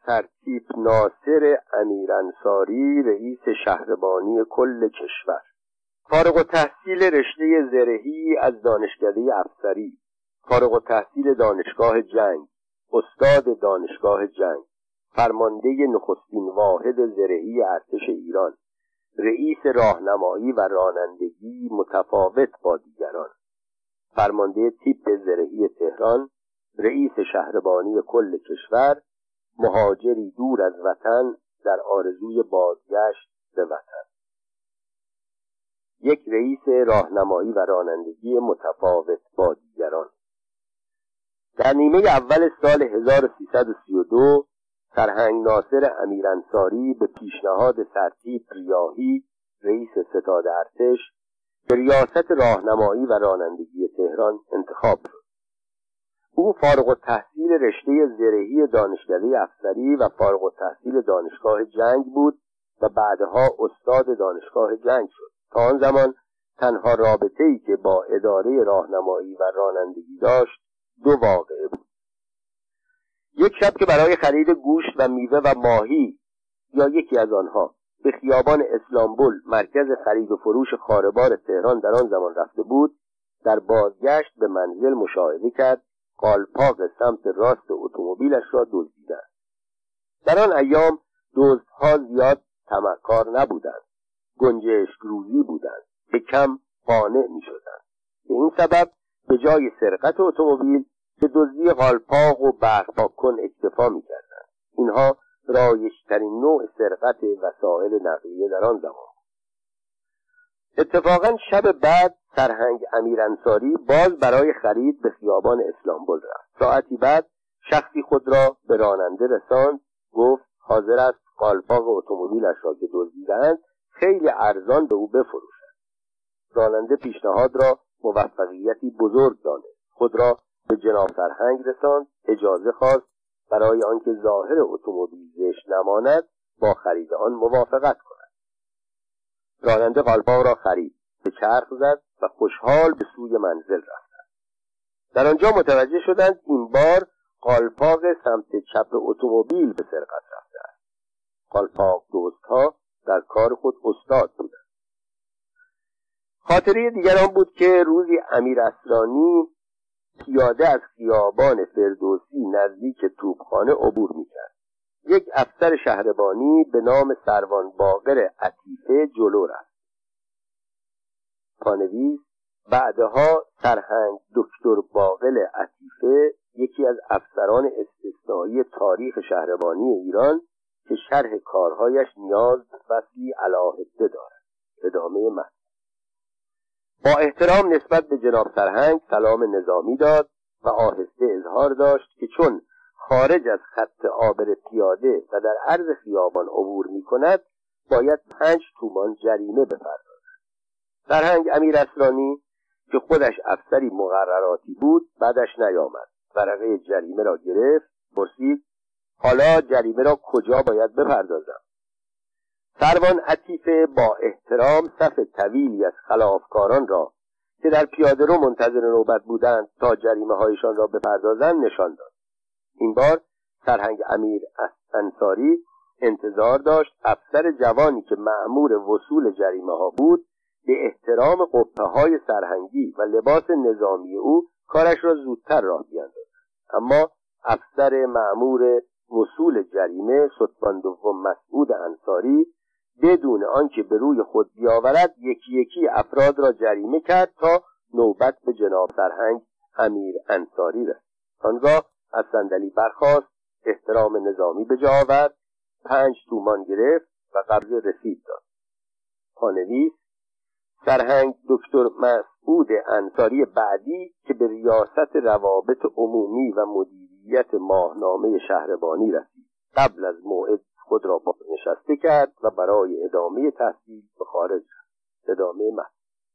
ترتیب ناصر امیرانصاری رئیس شهربانی کل کشور. فارغ التحصیل رشته زرهی از دانشکده افسری، فارغ التحصیل دانشگاه جنگ، استاد دانشگاه جنگ، فرمانده نخستین واحد زرهی ارتش ایران، رئیس راهنمایی و رانندگی متفاوت با دیگران، فرمانده تیپ زرهی تهران، رئیس شهربانی کل کشور، مهاجری دور از وطن در آرزوی بازگشت به وطن. یک رئیس راهنمایی و رانندگی متفاوت با دیگران. در نیمه اول سال 1332 سرهنگ ناصر امیرانصاری به پیشنهاد سرتیپ ریاحی رئیس ستاد ارتش به ریاست راهنمایی و رانندگی تهران انتخاب شد. او فارغ التحصیل رشته زرهی دانشکده افسری و فارغ التحصیل دانشگاه جنگ بود و بعدها استاد دانشگاه جنگ شد. تا آن زمان تنها رابطه‌ای که با اداره راهنمایی و رانندگی داشت دو واقعه بود. یک شب که برای خرید گوشت و میوه و ماهی یا یکی از آنها به خیابان اسلامبول مرکز خرید و فروش خاربار تهران در آن زمان رفته بود، در بازگشت به منزل مشاهده کرد قالپاق سمت راست اتومبیلش را دزدیدند. در آن ایام دزدها زیاد طمعکار نبودند، گنجشک روزی بودند، به کم قانع می‌شدند. به این سبب به جای سرقت اتومبیل به دزدی قالپاق و برق کن اکتفا می‌کردند. اینها رایج‌ترین نوع سرقت وسایل نقلیه در آن زمان. اتفاقاً شب بعد سرهنگ امیرانصاری باز برای خرید به خیابان اسلامبول رفت. ساعتی بعد شخصی خود را به راننده رساند، گفت حاضر است قالپاق اتومبیلش را که دزدیدند خیلی ارزان به او بفروشد. راننده پیشنهاد را موفقیتی بزرگ دانست، خود را به جناب سرهنگ رساند، اجازه خواست برای آنکه ظاهر اتومبیل زشت نماند با خرید آن موافقت کند. راننده قالپاق را خرید، به چرخ زد و خوشحال به سوی منزل رفتند. در آنجا متوجه شدند این بار قالپاق سمت چپ اتومبیل به سرقت رفته است. قالپاق دزدها در کار خود استاد بودند. خاطره دیگر آن بود که روزی امیر اصلانی پیاده از خیابان فردوسی نزدیک توپخانه عبور می‌کرد. یک افسر شهربانی به نام سروان باقر عطیفه جلو رفت. پانویس: بعدها سرهنگ دکتر باقر عطیفه یکی از افسران استثنایی تاریخ شهربانی ایران که شرح کارهایش نیاز به فصلی علاهده دارد. ادامه متن. با احترام نسبت به جناب سرهنگ سلام نظامی داد و آهسته اظهار داشت که چون خارج از خط عابر پیاده و در عرض خیابان عبور می کند باید 5 تومان جریمه بپردازد. سرهنگ امیر اصلانی که خودش افسری مقرراتی بود بعدش نیامد، ورقه جریمه را گرفت، پرسید حالا جریمه را کجا باید بپردازم؟ سروان عطیفه با احترام صف طویلی از خلافکاران را که در پیاده رو منتظر نوبت بودند تا جریمه هایشان را بپردازند نشان داد. این بار سرهنگ امیر انصاری انتظار داشت افسر جوانی که مأمور وصول جریمه ها بود به احترام قبه های سرهنگی و لباس نظامی او کارش را زودتر راه بیاندازد. اما افسر مأمور وصول جریمه ستبان دوم مسعود انصاری بدون آنکه به روی خود بیاورد یکی یکی افراد را جریمه کرد تا نوبت به جناب سرهنگ امیر انصاری رسید. آنگاه از صندلی برخاست، احترام نظامی به جا آورد، 5 تومان گرفت و قبض رسید داد. پانویس: سرهنگ دکتر مسعود انصاری بعدی که به ریاست روابط عمومی و مدیریت ماهنامه شهربانی رسید، قبل از موعد خود را بازنشسته کرد و برای ادامه تحصیل به خارج رفت. ادامه متن.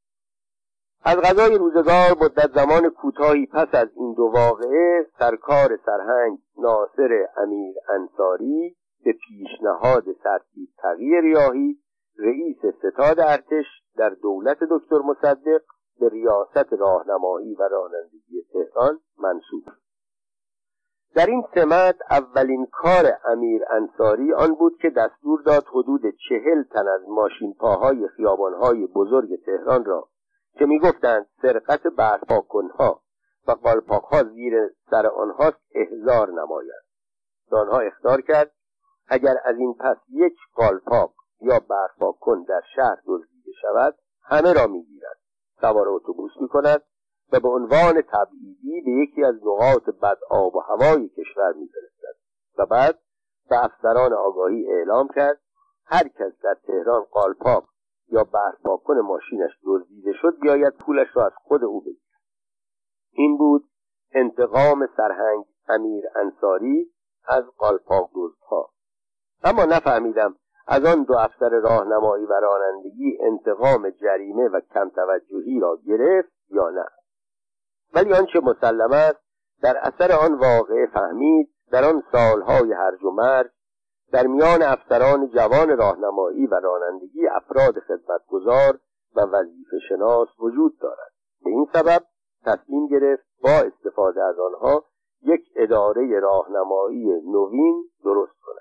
از قضای روزگار مدت زمان کوتاهی پس از این دو واقعه سرکار سرهنگ ناصر امیر انصاری به پیشنهاد سرتیپ تقی ریاحی رئیس ستاد ارتش در دولت دکتر مصدق به ریاست راهنمایی و رانندگی تهران منصوب شد. در این سمت اولین کار امیر انصاری آن بود که دستور داد حدود 40 تن از ماشینپاهای خیابانهای بزرگ تهران را که می‌گفتند سرقت برپاکنها و قالپاک‌ها زیر سر آنهاست احضار نمایند. آنها اخطار کرد اگر از این پس یک قالپاک یا برپاکن در شهر دزدیده شود همه را می‌گیرد، سوار اتوبوس می‌کند و به عنوان تبعیدی به یکی از نقاط بد آب و هوای کشور می‌فرستد و بعد به افسران آگاهی اعلام کرد هر کس در تهران قالپاک یا برپاکن ماشینش دزدیده شد بیاید پولش را از خود او بگیرد. این بود انتقام سرهنگ امیر انصاری از قالپاک دزدها. اما نفهمیدم از آن 2 افسر راهنمایی و رانندگی انتقام جریمه و کم توجهی را گرفت یا نه. ولی آنچه مسلم است در اثر آن واقعه فهمید در آن سالهای هرج و مرج در میان افسران جوان راهنمایی و رانندگی افراد خدمتگزار و وظیفه شناس وجود دارد. به این سبب تصمیم گرفت با استفاده از آنها یک اداره راهنمایی نوین درست کند.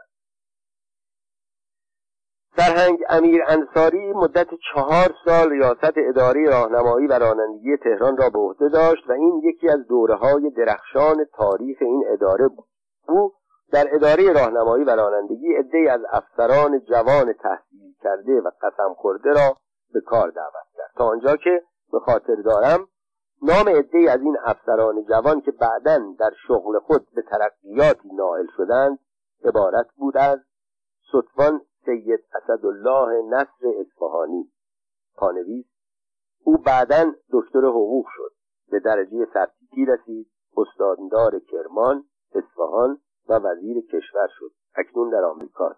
سرهنگ امیر انصاری مدت 4 سال ریاست اداره راهنمایی و رانندگی تهران را به عهده داشت و این یکی از دوره‌های درخشان تاریخ این اداره بود. او در اداره راهنمایی و رانندگی عده‌ای از افسران جوان تحصیل کرده و قسم خورده را به کار دعوت کرد. تا آنجا که به خاطر دارم نام عده‌ای از این افسران جوان که بعداً در شغل خود به ترقیاتی نائل شدند عبارت بود از ستوان سید اسدالله نصر اصفهانی، پانویس. او بعداً دکتر حقوق شد، به درجه سرتیپی رسید، استاندار کرمان، اصفهان و وزیر کشور شد، اکنون در آمریکاست.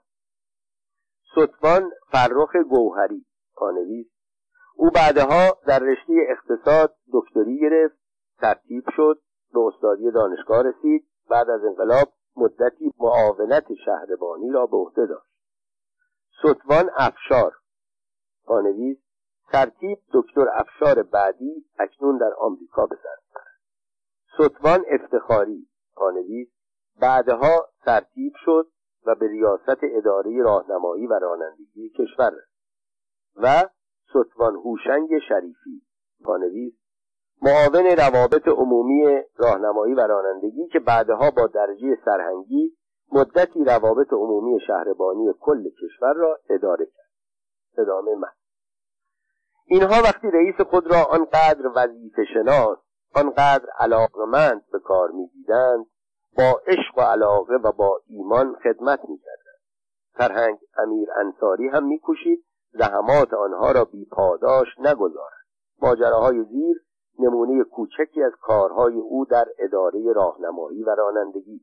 ستوان فرخ گوهری، پانویس. او بعدها در رشته اقتصاد دکتری گرفت، سرتیپ شد، به استادی دانشگاه رسید. بعد از انقلاب مدتی معاونت شهربانی را به عهده داشت. ستوان افشار، پانویس. سرتیپ دکتر افشار بعدی، اکنون در آمریکا به سر می‌برد. ستوان افتخاری، پانویس. بعدها سرتیپ شد و به ریاست اداره راهنمایی و رانندگی کشور رسید. و ستوان هوشنگ شریفی، پانویس، معاون روابط عمومی راهنمایی و رانندگی که بعدها با درجه سرهنگی مدتی روابط عمومی شهربانی کل کشور را اداره کرد. ادامه من. اینها وقتی رئیس خود را آنقدر وظیفه شناس، آنقدر علاقمند به کار می‌دیدند، با عشق و علاقه و با ایمان خدمت می‌کردند. سرهنگ امیر انصاری هم می‌کوشید زحمات آنها را بی‌پاداش نگذارد. ماجراهای زیر نمونه کوچکی از کارهای او در اداره راهنمایی و رانندگی.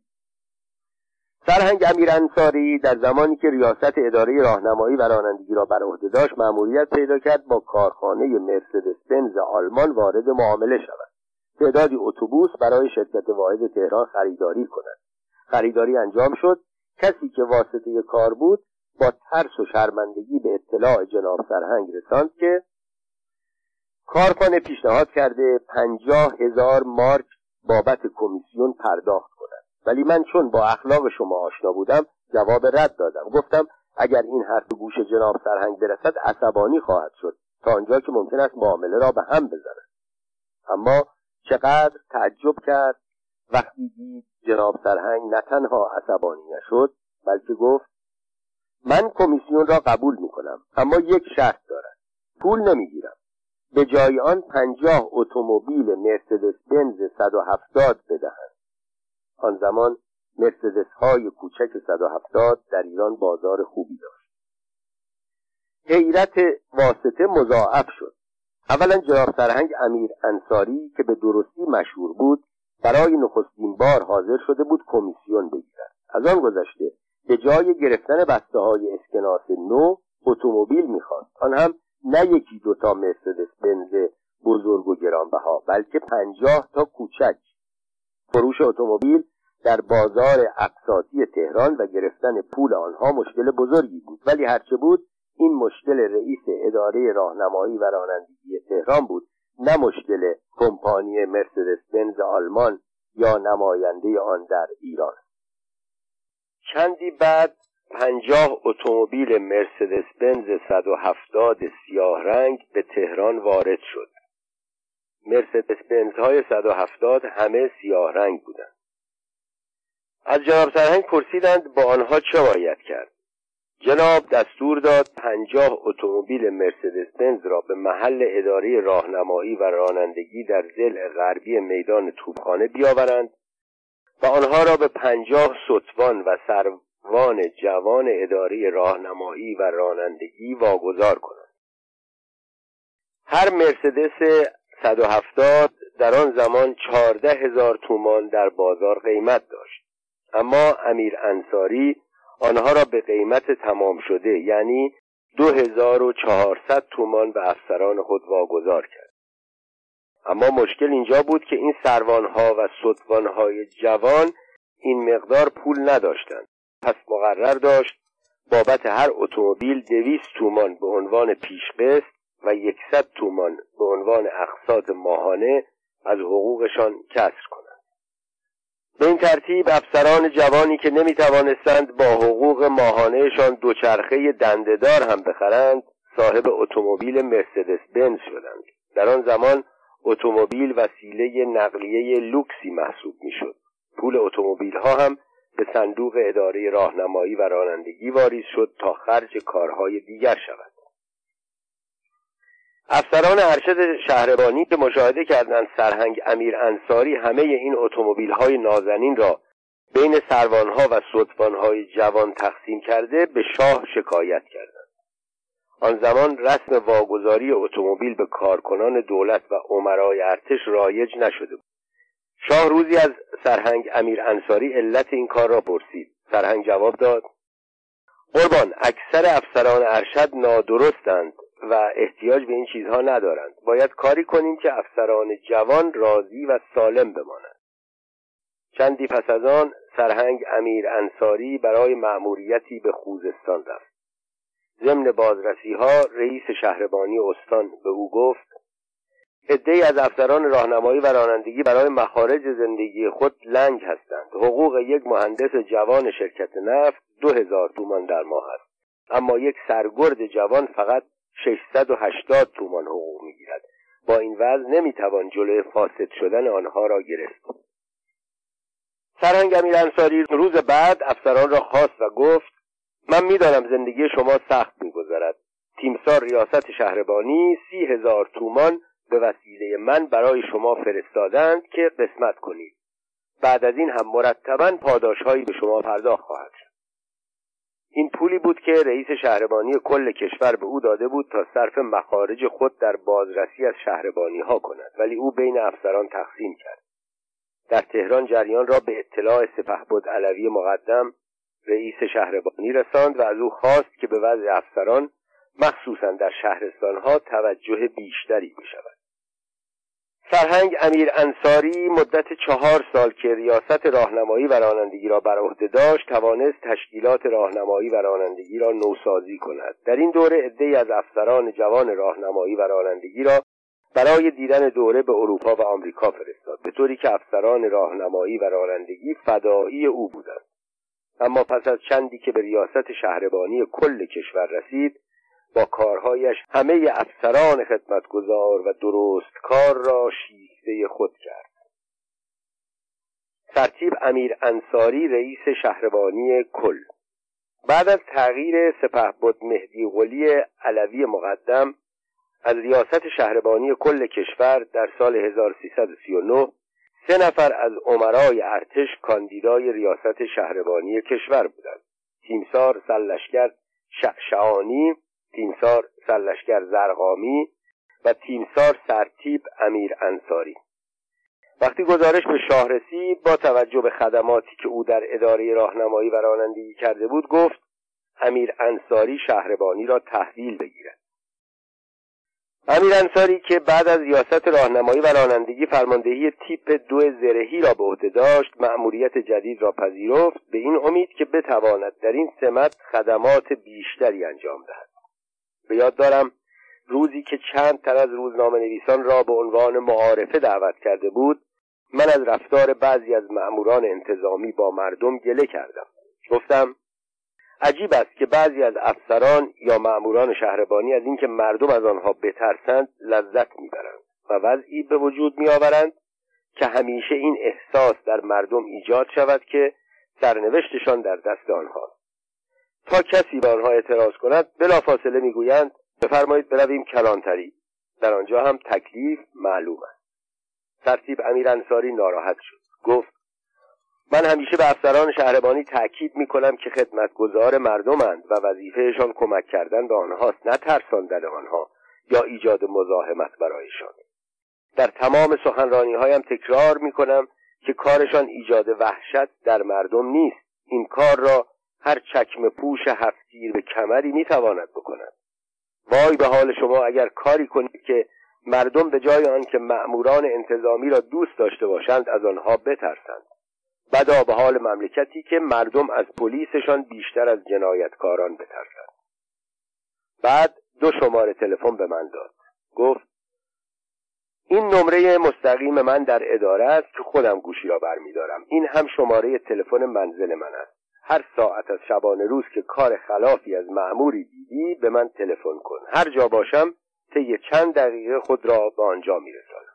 سرهنگ امیر انصاری در زمانی که ریاست اداره راهنمایی و رانندگی را بر عهده داشت مأموریت پیدا کرد با کارخانه مرسدس بنز آلمان وارد معامله شود. تعدادی اتوبوس برای شرکت واحد تهران خریداری کند. خریداری انجام شد. کسی که واسطه کار بود با ترس و شرمندگی به اطلاع جناب سرهنگ رساند که کارخانه پیشنهاد کرده 50,000 مارک بابت کمیسیون پرداخت کند. ولی من چون با اخلاق شما آشنا بودم جواب رد دادم. گفتم اگر این حرف به گوش جناب سرهنگ برسد عصبانی خواهد شد تا آنجا که ممکن است معامله را به هم بزند. اما چقدر تعجب کرد وقتی دید جناب سرهنگ نه تنها عصبانی نشد بلکه گفت من کمیسیون را قبول میکنم اما یک شرط دارد. پول نمیگیرم. به جای آن 50 اتومبیل مرسدس بنز 170 بدهند. آن زمان مرسدس های کوچک 170 در ایران بازار خوبی داشت. حیرت واسطه مضاعف شد. اولا جناب سرهنگ امیر انصاری که به درستی مشهور بود برای نخستین بار حاضر شده بود کمیسیون بگیرد. از آن گذشته به جای گرفتن بسته های اسکناس نو اتومبیل میخواست، آن هم نه یکی دوتا مرسدس بنز بزرگ و گرانبها بلکه 50 تا کوچک. فروش اتومبیل در بازار اقساطی تهران و گرفتن پول آنها مشکل بزرگی بود، ولی هرچه بود این مشکل رئیس اداره راهنمایی و رانندگی تهران بود، نه مشکل کمپانی مرسدس بنز آلمان یا نماینده آن در ایران. چندی بعد 50 اتومبیل مرسدس بنز 170 سیاه رنگ به تهران وارد شد. مرسدس بنزهای 170 همه سیاه رنگ بودند. از جناب سرهنگ پرسیدند با آنها چه باید کرد. جناب دستور داد 50 اتومبیل مرسدس بنز را به محل اداره راهنمایی و رانندگی در ضلع غربی میدان توپخانه بیاورند و آنها را به 50 ستوان و سروان جوان اداره راهنمایی و رانندگی واگذار کنند. هر مرسدس 170 در آن زمان 14,000 تومان در بازار قیمت داشت، اما امیر انصاری آنها را به قیمت تمام شده یعنی 2,400 تومان به افسران خود واگذار کرد. اما مشکل اینجا بود که این سروانها و ستوانهای جوان این مقدار پول نداشتند. پس مقرر داشت بابت هر اتومبیل 200 تومان به عنوان پیشقسط و 100 تومان به عنوان اقساط ماهانه از حقوقشان کسر کنند. به این ترتیب افسران جوانی که نمیتوانستند با حقوق ماهانهشان دوچرخه دنده‌دار هم بخرند صاحب اتومبیل مرسدس بنز شدند. در آن زمان اتومبیل وسیله نقلیه لوکسی محسوب میشد. پول اتومبیل ها هم به صندوق اداره راهنمایی و رانندگی واریز شد تا خرج کارهای دیگر شود. افسران ارشد شهربانی که مشاهده کردند سرهنگ امیر انصاری همه این اتومبیل‌های نازنین را بین سروانها و ستوانهای جوان تقسیم کرده به شاه شکایت کردند. آن زمان رسم واگذاری اتومبیل به کارکنان دولت و امرای ارتش رایج نشده بود. شاه روزی از سرهنگ امیر انصاری علت این کار را پرسید. سرهنگ جواب داد: قربان، اکثر افسران ارشد نادرستند و احتیاج به این چیزها ندارند. باید کاری کنیم که افسران جوان راضی و سالم بمانند. چندی پس از آن سرهنگ امیر انصاری برای مأموریتی به خوزستان رفت. ضمن بازرسی‌ها رئیس شهربانی استان به او گفت: عده‌ای از افسران راهنمایی و رانندگی برای مخارج زندگی خود لنگ هستند. حقوق یک مهندس جوان شرکت نفت 2,000 تومان در ماه است، اما یک سرگرد جوان فقط 680 تومان حقوق می‌گیرد. با این وضع نمی‌توان جلوی فاسد شدن آنها را گرفت. سرهنگ امیر انصاری روز بعد افسران را خواست و گفت: من می‌دانم زندگی شما سخت می‌گذرد. تیمسار ریاست شهربانی 30,000 تومان به وسیله من برای شما فرستادند که قسمت کنید. بعد از این هم مرتباً پاداش‌هایی به شما پرداخت خواهد شد. این پولی بود که رئیس شهربانی کل کشور به او داده بود تا صرف مخارج خود در بازرسی از شهربانی‌ها کند، ولی او بین افسران تقسیم کرد. در تهران جریان را به اطلاع سپهبد علوی مقدم رئیس شهربانی رساند و از او خواست که به وضع افسران مخصوصاً در شهرستان‌ها توجه بیشتری بشود. سرهنگ امیر انصاری مدت 4 سال که ریاست راهنمایی و رانندگی را بر عهده داشت توانست تشکیلات راهنمایی و رانندگی را نوسازی کند. در این دوره عده‌ای از افسران جوان راهنمایی و رانندگی را برای دیدن دوره به اروپا و آمریکا فرستاد، به طوری که افسران راهنمایی و رانندگی فدایی او بودند. اما پس از چندی که به ریاست شهربانی کل کشور رسید، با کارهایش همه افسران خدمتگزار و درست کار را شیفته خود کرد. ترتیب امیر انصاری رئیس شهربانی کل. بعد از تغییر سپهبد مهدی قلی علوی مقدم از ریاست شهربانی کل کشور در سال 1339 3 نفر از امرای ارتش کاندیدای ریاست شهربانی کشور بودند: تیمسار سرلشکر شعشعانی، تیمسار سرلشکر زرقامی و تیمسار سرتیپ امیر انصاری. وقتی گزارش به شاه رسید، با توجه به خدماتی که او در اداره راهنمایی و رانندگی کرده بود گفت امیر انصاری شهربانی را تحویل بگیرد. امیر انصاری که بعد از ریاست راهنمایی و رانندگی فرماندهی تیپ 2 زرهی را به عهده داشت، مأموریت جدید را پذیرفت به این امید که بتواند در این سمت خدمات بیشتری انجام دهد. به یاد دارم روزی که چند تن از روزنامه‌نویسان را به عنوان معارفه دعوت کرده بود، من از رفتار بعضی از مأموران انتظامی با مردم گله کردم. گفتم عجیب است که بعضی از افسران یا مأموران شهربانی از اینکه مردم از آنها بترسند لذت میبرند و وضعی به وجود میآورند که همیشه این احساس در مردم ایجاد شود که سرنوشتشان در دست آنهاست. تا کسی به آنها اعتراض کند بلافاصله میگویند بفرمایید برویم کلانتری. در آنجا هم تکلیف معلوم است. سرتیپ امیر انصاری ناراحت شد. گفت من همیشه به افسران شهربانی تأکید میکنم که خدمتگزار مردمند و وظیفهشان کمک کردن به آنهاست، نه ترساندن آنها یا ایجاد مزاحمت برایشان. در تمام سخنرانی‌هایم تکرار میکنم که کارشان ایجاد وحشت در مردم نیست. این کار را هر چکمه پوش هفت‌تیر به کمری میتواند بکند. وای به حال شما اگر کاری کنید که مردم به جای آن که مأموران انتظامی را دوست داشته باشند از آنها بترسند. بدا به حال مملکتی که مردم از پلیسشان بیشتر از جنایتکاران بترسند. بعد 2 شماره تلفن به من داد. گفت این نمره مستقیم من در اداره است که خودم گوشی را برمی‌دارم. این هم شماره تلفن منزل من است. هر ساعت از شبانه روز که کار خلافی از مأموری دیدی به من تلفن کن. هر جا باشم طی چند دقیقه خود را به آنجا میرسانم.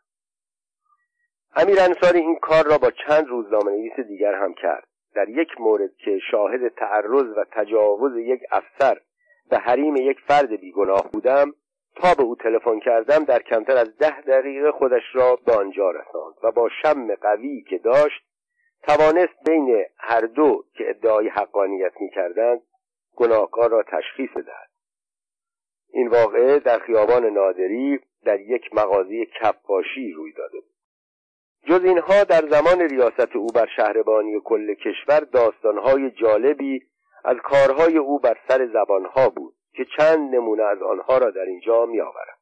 امیر انصاری این کار را با چند روزنامه‌نویس دیگر هم کرد. در یک مورد که شاهد تعرض و تجاوز یک افسر به حریم یک فرد بیگناه بودم، تا به او تلفن کردم در کمتر از 10 دقیقه خودش را به آنجا رساند و با شم قوی که داشت توانست بین هر دو که ادعای حقانیت می‌کردند گناهکار را تشخیص بدهد. این واقعه در خیابان نادری در یک مغازه کفاشی روی داده بود. جز اینها در زمان ریاست او بر شهربانی کل کشور داستان‌های جالبی از کارهای او بر سر زبانها بود که چند نمونه از آنها را در اینجا می‌آورم.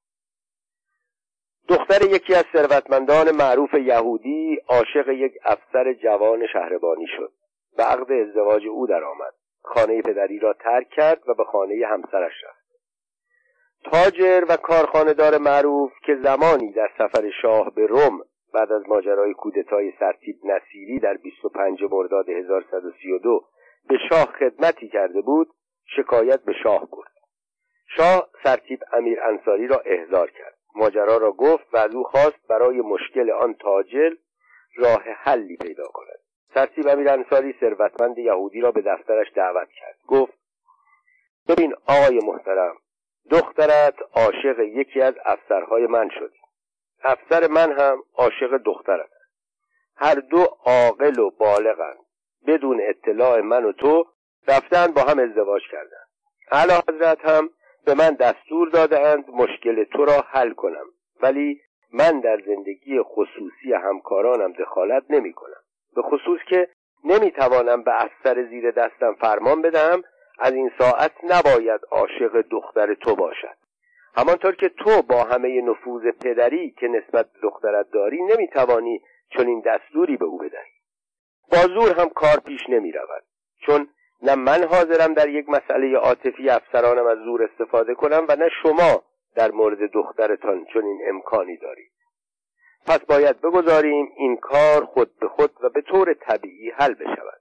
دختر یکی از ثروتمندان معروف یهودی عاشق یک افسر جوان شهربانی شد. به عقد ازدواج او درآمد. خانه پدری را ترک کرد و به خانه همسرش رفت. تاجر و کارخانه‌دار معروف که زمانی در سفر شاه به روم بعد از ماجرای کودتای سرتیپ نصیری در 25 مرداد 1132 به شاه خدمتی کرده بود، شکایت به شاه برد. شاه سرتیپ امیر انصاری را احضار کرد. ماجرا را گفت و از او خواست برای مشکل آن تاجر راه حلی پیدا کند. سرتیپ امیر انصاری ثروتمند یهودی را به دفترش دعوت کرد. گفت ببین آقای محترم، دخترت عاشق یکی از افسرهای من شد. افسر من هم عاشق دخترت. هر دو عاقل و بالغند. بدون اطلاع من و تو رفتن با هم ازدواج کردند. اعلیحضرت هم به من دستور دادند مشکل تو را حل کنم، ولی من در زندگی خصوصی همکارانم دخالت نمی کنم. به خصوص که نمی توانم به افسر زیر دستم فرمان بدهم از این ساعت نباید عاشق دختر تو باشد. همانطور که تو با همه نفوذ پدری که نسبت به دخترت داری نمی توانی چنین دستوری به او بدهی. با زور هم کار پیش نمی رود، چون نه من حاضرم در یک مسئله عاطفی افسرانم از زور استفاده کنم و نه شما در مورد دخترتان چنین امکانی دارید. پس باید بگذاریم این کار خود به خود و به طور طبیعی حل بشود.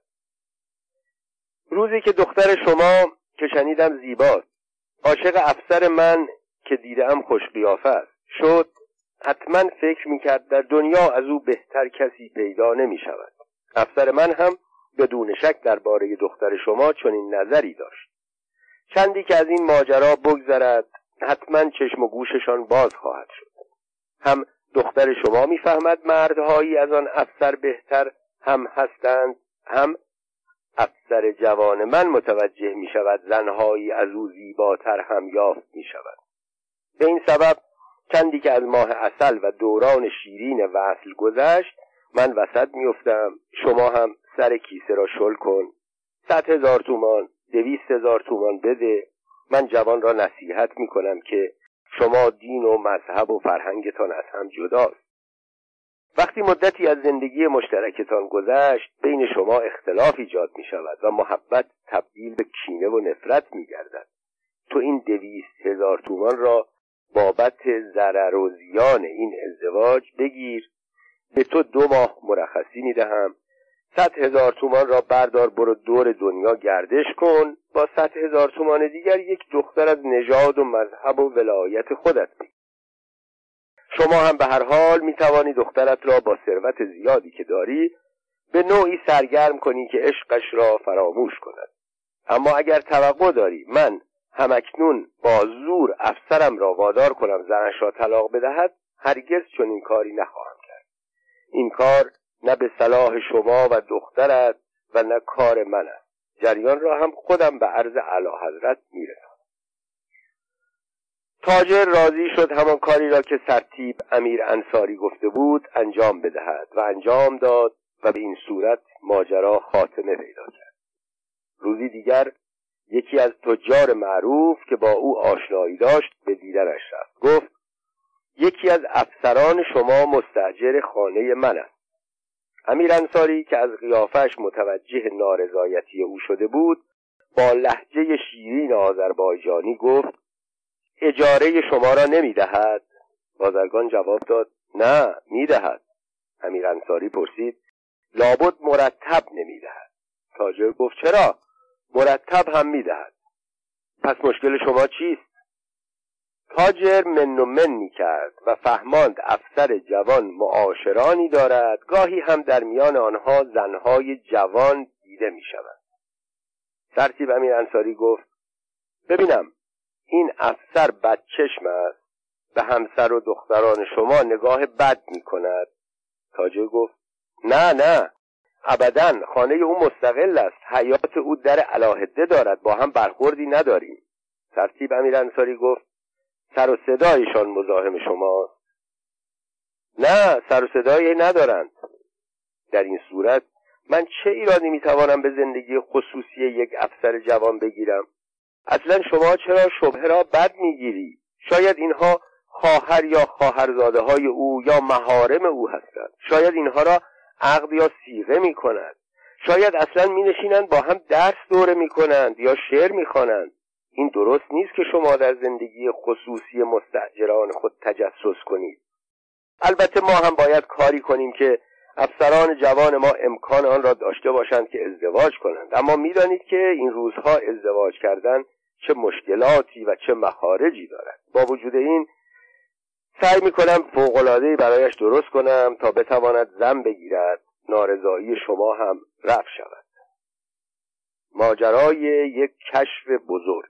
روزی که دختر شما که شنیدم زیباست، عاشق افسر من که دیدم خوش قیافه است شد، حتما فکر میکرد در دنیا از او بهتر کسی پیدا نمی شود. افسر من هم بدون شک درباره دختر شما چنین نظری داشت. چندی که از این ماجرا بگذرد حتما چشم و گوششان باز خواهد شد. هم دختر شما میفهمد مردهایی از آن افسر بهتر هم هستند، هم افسر جوان من متوجه می شود زنهایی از او زیباتر هم یافت می شود. به این سبب چندی که از ماه عسل و دوران شیرین وصل گذشت من وسط می افتم. شما هم سر کیسه را شل کن، 100,000 تومان 200,000 تومان بده. من جوان را نصیحت می کنم که شما دین و مذهب و فرهنگتان از هم جداست. وقتی مدتی از زندگی مشترکتان گذشت بین شما اختلاف ایجاد می شود و محبت تبدیل به کینه و نفرت می گردد. تو این 200,000 تومان را بابت ضرر و زیان این ازدواج بگیر، به تو 2 ماه مرخصی میدهم. 100,000 تومان را بردار برو دور دنیا گردش کن. با 100,000 تومان دیگر یک دختر از نژاد و مذهب و ولایت خودت بگیر. شما هم به هر حال میتوانی دخترت را با ثروت زیادی که داری به نوعی سرگرم کنی که عشقش را فراموش کند. اما اگر توقع داری من همکنون با زور افسرم را وادار کنم زنش را طلاق بدهد، هرگز چنین کاری نخواهم کرد. این کار نه به صلاح شما و دخترت و نه کار من است. جریان را هم خودم به عرض اعلیحضرت میرسانم. تاجر راضی شد همان کاری را که سرتیپ امیر انصاری گفته بود انجام بدهد و انجام داد و به این صورت ماجرا خاتمه پیدا کرد. روزی دیگر یکی از تجار معروف که با او آشنایی داشت به دیدنش رفت. گفت یکی از افسران شما مستاجر خانه من است. امیر انصاری که از قیافش متوجه نارضایتی او شده بود با لهجه شیرین آذربایجانی گفت اجاره شما را نمی دهد؟ بازرگان جواب داد نه می دهد. امیر انصاری پرسید لابد مرتب نمی دهد. تاجر گفت چرا؟ مرتب هم می دهد. پس مشکل شما چیست؟ تاجر من و من می کرد و فهماند افسر جوان معاشرانی دارد، گاهی هم در میان آنها زنهای جوان دیده می شود. سرتیپ امیر انصاری گفت ببینم این افسر بدچشم است، به همسر و دختران شما نگاه بد می کند. تاجر گفت نه ابداً، خانه او مستقل است، حیات او در علاهده دارد، با هم برخوردی نداریم. سرتیپ امیر انصاری گفت سر و صدایشان مزاحم شماست؟ نه سر و صدایی ندارند. در این صورت من چه ایرادی میتوانم به زندگی خصوصی یک افسر جوان بگیرم؟ اصلا شما چرا شبهه را بد میگیری؟ شاید اینها خواهر یا خواهرزاده های او یا محارم او هستند. شاید اینها را عقد یا صیغه میکنند. شاید اصلا مینشینند با هم درس دوره میکنند یا شعر میخوانند. این درست نیست که شما در زندگی خصوصی مستاجران خود تجسس کنید. البته ما هم باید کاری کنیم که افسران جوان ما امکان آن را داشته باشند که ازدواج کنند، اما میدانید که این روزها ازدواج کردن چه مشکلاتی و چه مخارجی دارد. با وجود این سعی میکنم فوق‌العاده‌ای برایش درست کنم تا بتواند زن بگیرد، نارضایی شما هم رفع شود. ماجرای یک کشف بزرگ.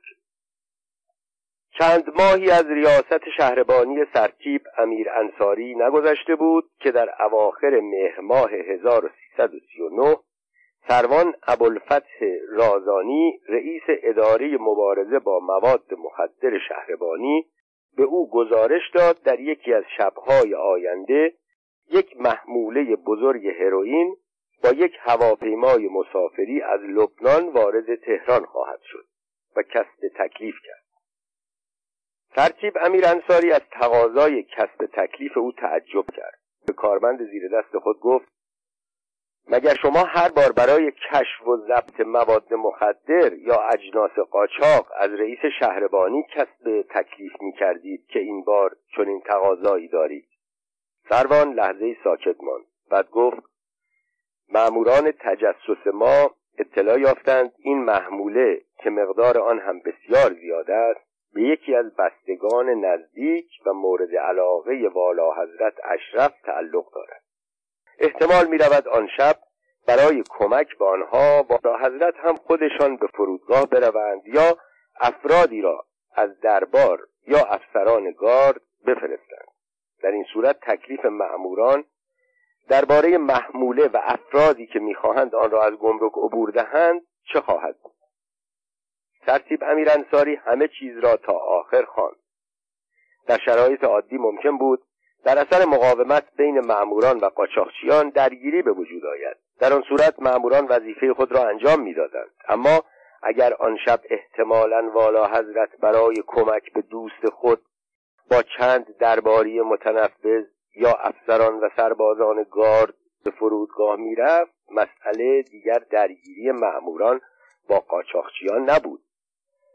چند ماهی از ریاست شهربانی سرتیپ امیر انصاری نگذشته بود که در اواخر مهر ماه 1339 سروان ابوالفتح رازانی رئیس اداره مبارزه با مواد مخدر شهربانی به او گزارش داد در یکی از شب‌های آینده یک محموله بزرگ هروئین با یک هواپیمای مسافری از لبنان وارد تهران خواهد شد و کسب تکلیف کرد. سرتیپ امیر انصاری از تقاضای کسب تکلیف او تعجب کرد. به کارمند زیر دست خود گفت مگر شما هر بار برای کشف و ضبط مواد مخدر یا اجناس قاچاق از رئیس شهربانی کسب تکلیف می‌کردید که این بار چنین تقاضایی دارید؟ سروان لحظه‌ای ساکت ماند. بعد گفت مأموران تجسس ما اطلاع یافتند این محموله که مقدار آن هم بسیار زیاد است به یکی از بستگان نزدیک و مورد علاقه والا حضرت اشرف تعلق دارد. احتمال می رود آن شب برای کمک به آنها والا حضرت هم خودشان به فرودگاه بروند یا افرادی را از دربار یا افسران گارد بفرستند. در این صورت تکلیف مأموران درباره محموله و افرادی که می‌خواهند آن را از گمرک عبور دهند چه خواهد بود؟ سرتیپ امیر انصاری همه چیز را تا آخر خواند. در شرایط عادی ممکن بود در اثر مقاومت بین مأموران و قاچاقچیان درگیری به وجود آید. در آن صورت مأموران وظیفه خود را انجام می‌دادند. اما اگر آن شب احتمالاً والا حضرت برای کمک به دوست خود با چند درباری متنفذ یا افسران و سربازان گارد به فرودگاه می‌رفت، مسئله دیگر درگیری مأموران با قاچاقچیان نبود.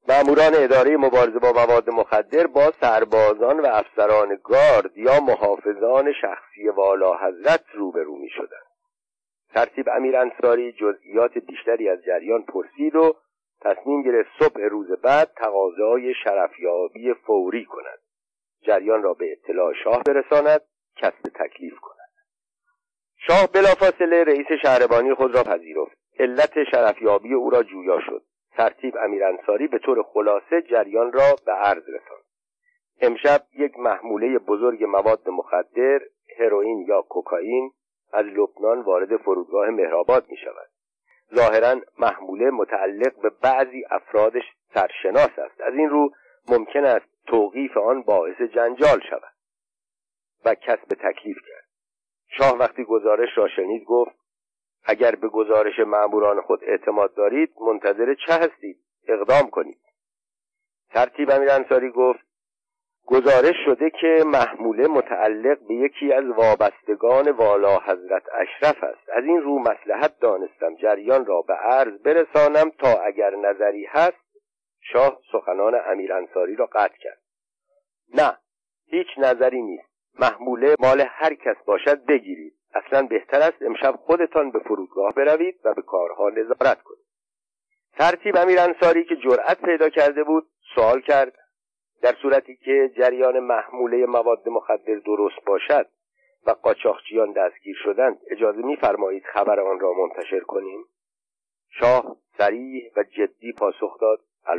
مأموران اداره مبارزه با مواد مخدر با سربازان و افسران گارد یا محافظان شخصی والا حضرت روبرو می شدند. ترتیب امیر انصاری جزئیات بیشتری از جریان پرسید و تصمیم گرفت صبح روز بعد تقاضای شرفیابی فوری کند. جریان را به اطلاع شاه برساند، کسب تکلیف کند. شاه بلافاصله رئیس شهربانی خود را پذیرفت. علت شرفیابی او را جویا شد. ترتیب امیر انصاری به طور خلاصه جریان را به عرض رساند. امشب یک محموله بزرگ مواد مخدر، هروئین یا کوکائین، از لبنان وارد فرودگاه مهرآباد می شود. ظاهراً محموله متعلق به بعضی افرادش سرشناس است. از این رو ممکن است توقیف آن باعث جنجال شود و کسب تکلیف کرد. شاه وقتی گزارش را شنید گفت: اگر به گزارش مأموران خود اعتماد دارید منتظر چه هستید؟ اقدام کنید. ترتیب امیر انصاری گفت: گزارش شده که محموله متعلق به یکی از وابستگان والا حضرت اشرف است. از این رو مصلحت دانستم جریان را به عرض برسانم تا اگر نظری هست. شاه سخنان امیر انصاری را قطع کرد. نه، هیچ نظری نیست. محموله مال هر کس باشد بگیرید. اصلا بهتر است امشب خودتان به فرودگاه بروید و به کارها نظارت کنید. ترتیب امیر انصاری که جرأت پیدا کرده بود سوال کرد: در صورتی که جریان محموله مواد مخدر درست باشد و قاچاقچیان دستگیر شدند، اجازه می‌فرمایید خبر آن را منتشر کنیم؟ شاه صریح و جدی پاسخ داد: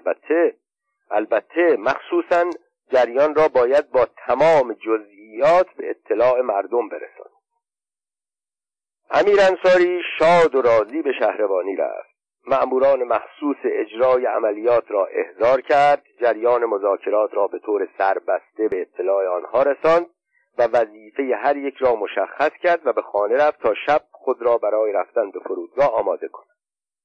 البته، مخصوصاً جریان را باید با تمام جزئیات به اطلاع مردم برسانید. امیر انصاری شاد و راضی به شهربانی رفت. مأموران مخصوص اجرای عملیات را احضار کرد، جریان مذاکرات را به طور سربسته به اطلاع آنها رساند و وظیفه هر یک را مشخص کرد و به خانه رفت تا شب خود را برای رفتن به فرودگاه آماده کند.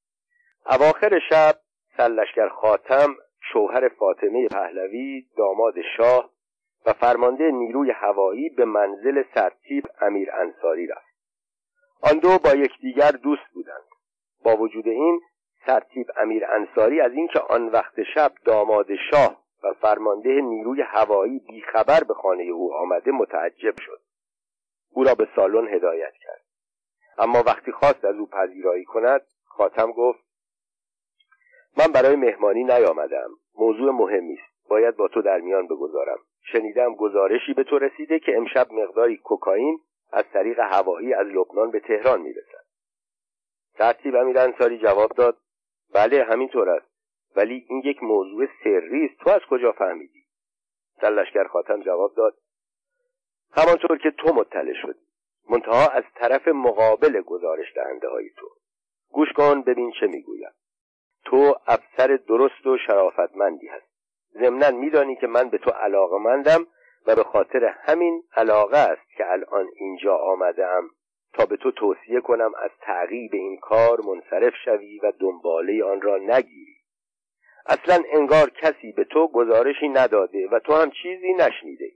اواخر شب سرلشکر خاتم، شوهر فاطمه پهلوی، داماد شاه و فرمانده نیروی هوایی به منزل سرتیپ امیر انصاری رفت. آن دو با یکدیگر دوست بودند. با وجود این سرتیپ امیر انصاری از اینکه آن وقت شب داماد شاه و فرمانده نیروی هوایی بیخبر به خانه او آمده متعجب شد. او را به سالن هدایت کرد. اما وقتی خواست از او پذیرایی کند، خاتم گفت: من برای مهمانی نیامدم. موضوع مهمی است. باید با تو در میان بگذارم. شنیدم گزارشی به تو رسیده که امشب مقداری کوکائین از طریق هوایی از لبنان به تهران میرسد. ترتیب امیر انصاری جواب داد: بله همینطور است، ولی این یک موضوع سری است. تو از کجا فهمیدی؟ سرلشکر خاتم جواب داد: همانطور که تو مطلع شدی، منتها از طرف مقابل گزارش دهنده های تو. گوش کن ببین چه میگویم. تو افسر درست و شرافتمندی هست. ضمناً میدانی که من به تو علاقه‌مندم و به خاطر همین علاقه است که الان اینجا آمدم تا به تو توصیه کنم از تعقیب این کار منصرف شوی و دنباله آن را نگیری. اصلا انگار کسی به تو گزارشی نداده و تو هم چیزی نشنیده.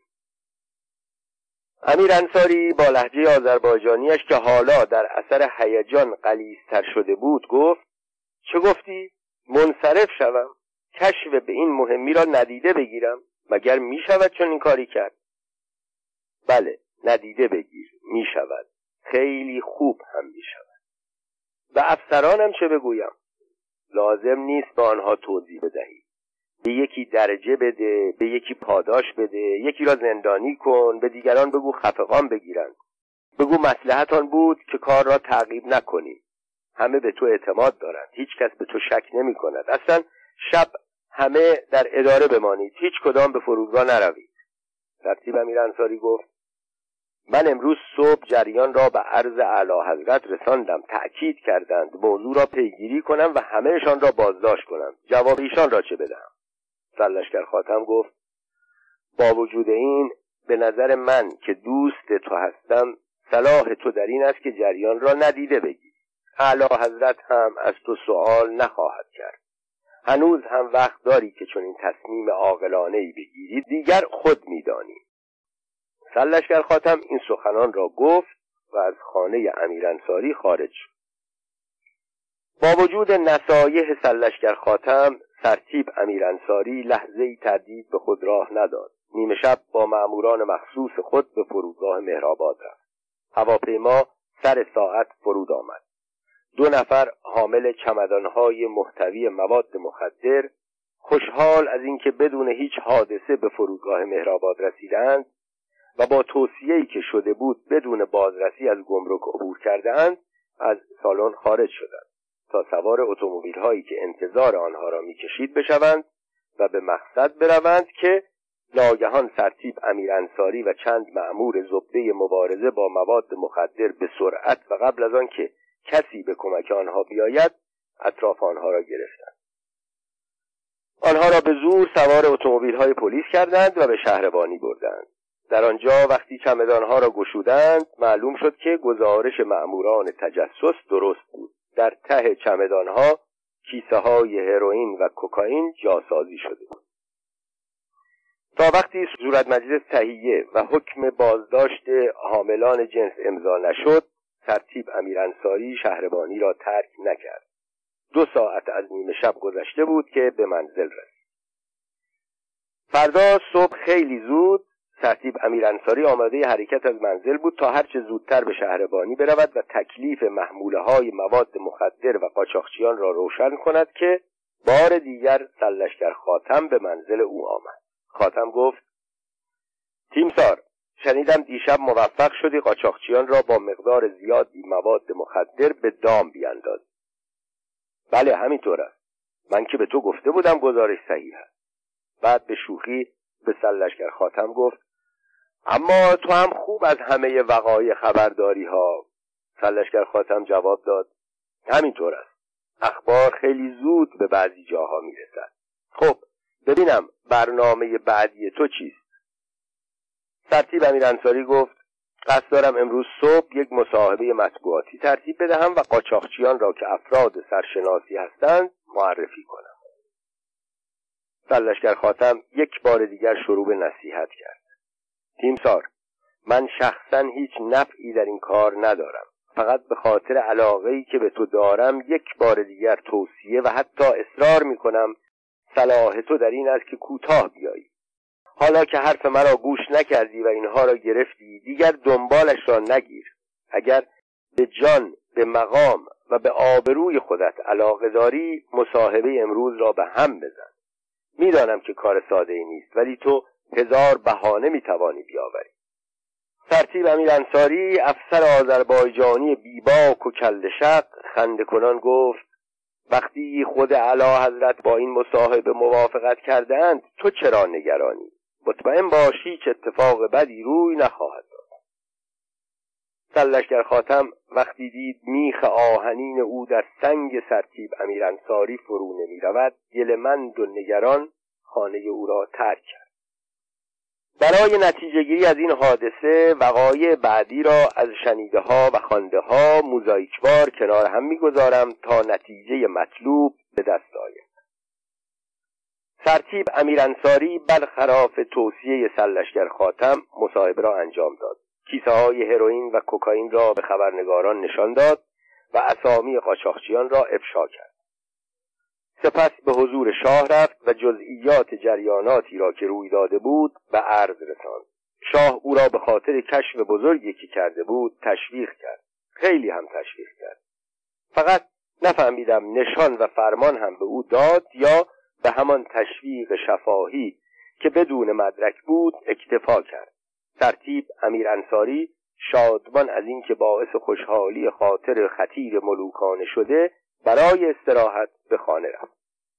امیر انصاری با لهجه آذربایجانیش که حالا در اثر هیجان غلیظتر شده بود گفت: چه گفتی؟ منصرف شوم؟ کشف به این مهمی را ندیده بگیرم؟ مگر می شود چون این کاری کرد؟ بله، ندیده بگیر، می شود. خیلی خوب هم می شود. و افسرانم چه بگویم؟ لازم نیست به آنها توضیح بدهی. به یکی درجه بده، به یکی پاداش بده، یکی را زندانی کن، به دیگران بگو خفقان بگیرند. بگو مصلحت آن بود که کار را تعقیب نکنی. همه به تو اعتماد دارند. هیچ کس به تو شک نمی کند. اصلا شب همه در اداره بمانید. هیچ کدام به فرودگاه نروید. ترتیب امیر انصاری گفت: من امروز صبح جریان را به عرض اعلی حضرت رساندم. تأکید کردند موضوع را پیگیری کنم و همهشان را بازداشت کنم. جواب ایشان را چه بدهم؟ سرلشکر خاتم گفت: با وجود این به نظر من که دوست تو هستم، صلاح تو در این است که جریان را ندیده بگیری. اعلی حضرت هم از تو سؤال نخواهد کرد. هنوز هم وقت داری که چون این تصمیم عاقلانه‌ای بگیری. دیگر خود می‌دانی. سرلشکر خاتم این سخنان را گفت و از خانه امیر انصاری خارج شد. با وجود نصایح سرلشکر خاتم، سرتیپ امیرانصاری لحظه‌ای تردید به خود راه نداد. نیمه شب با مأموران مخصوص خود به فرودگاه مهرآباد رفت. هواپیما سر ساعت فرود آمد. 2 نفر حامل چمدان‌های محتوی مواد مخدر، خوشحال از اینکه بدون هیچ حادثه به فرودگاه مهرآباد رسیدند و با توصیه‌ای که شده بود بدون بازرسی از گمرک عبور کردند، از سالن خارج شدند تا سوار اتومبیل‌هایی که انتظار آنها را می‌کشید بشوند و به مقصد بروند که ناگهان سرتیپ امیرانصاری و چند مأمور ضبطه مبارزه با مواد مخدر به سرعت و قبل از آن که کسی به کمک آنها بیاید اطراف آنها را گرفتند. آنها را به زور سوار اتومبیل‌های پلیس کردند و به شهربانی بردند. در آنجا وقتی چمدانها را گشودند معلوم شد که گزارش مأموران تجسس درست بود. در ته چمدانها کیسه‌های هروئین و کوکائین جاسازی شده بود. تا وقتی صورت مجلس تهیه و حکم بازداشت حاملان جنس امضا نشد، سرتیپ امیرانصاری شهربانی را ترک نکرد. 2 ساعت از نیمه شب گذشته بود که به منزل رسید. فردا صبح خیلی زود سرتیپ امیرانصاری آماده حرکت از منزل بود تا هرچه زودتر به شهربانی برود و تکلیف محموله‌های مواد مخدر و قاچاقچیان را روشن کند که بار دیگر سرلشکر خاتم به منزل او آمد. خاتم گفت: تیمسار، شنیدم دیشب موفق شدی قاچاقچیان را با مقدار زیادی مواد مخدر به دام بیاندازی. بله همینطور است. من که به تو گفته بودم گزارش صحیح است. بعد به شوخی به سرلشکر خاتم گفت: اما تو هم خوب از همه وقایع خبرداری ها. سرلشکر خاتم جواب داد: همینطور است. اخبار خیلی زود به بعضی جاها میرسد. خب ببینم برنامه بعدی تو چیست؟ سرتیپ امیرانصاری گفت: قصد دارم امروز صبح یک مصاحبه مطبوعاتی ترتیب بدهم و قاچاقچیان را که افراد سرشناسی هستند معرفی کنم. سرلشکر خاتم یک بار دیگر شروع به نصیحت کرد: تیمسار، من شخصا هیچ نفعی در این کار ندارم. فقط به خاطر علاقه‌ای که به تو دارم یک بار دیگر توصیه و حتی اصرار می‌کنم صلاح تو در این است که کوتاه بیایی. حالا که حرف مرا گوش نکردی و اینها را گرفتی، دیگر دنبالش را نگیر. اگر به جان، به مقام و به آبروی خودت علاقه داری، مصاحبه امروز را به هم بزن. میدانم که کار ساده ای نیست، ولی تو 1000 بهانه میتوانی بیاوری. سرتیپ امیرانصاری، افسر آذربایجانی بیباک و کله‌شق، خنده کنان گفت: وقتی خود اعلی حضرت با این مصاحبه موافقت کردند، تو چرا نگرانی؟ مطمئن باش هیچ اتفاق بدی روی نخواهد داد. سرلشکر خاتم وقتی دید میخ آهنین او در سنگ سرتیپ امیرانصاری فرو نمی‌رود، دلمند و نگران خانه او را ترک کرد. برای نتیجه گیری از این حادثه وقایع بعدی را از شنیده ها و خوانده ها موزاییکوار کنار هم می‌گذارم تا نتیجه مطلوب به دست آید. سرتیپ امیرانصاری برخلاف توصیه سرلشکر خاتم مصاحبه را انجام داد. کیسه‌های هروئین و کوکائین را به خبرنگاران نشان داد و اسامی قاچاقچیان را افشا کرد. سپس به حضور شاه رفت و جزئیات جریاناتی را که روی داده بود به عرض رساند. شاه او را به خاطر کشف بزرگی که کرده بود تشویق کرد. خیلی هم تشویق کرد. فقط نفهمیدم نشان و فرمان هم به او داد یا به همان تشویق شفاهی که بدون مدرک بود اکتفا کرد. سرتیپ امیرانصاری شادمان از این که باعث خوشحالی خاطر خطیر ملوکانه شده برای استراحت به خانه رفت.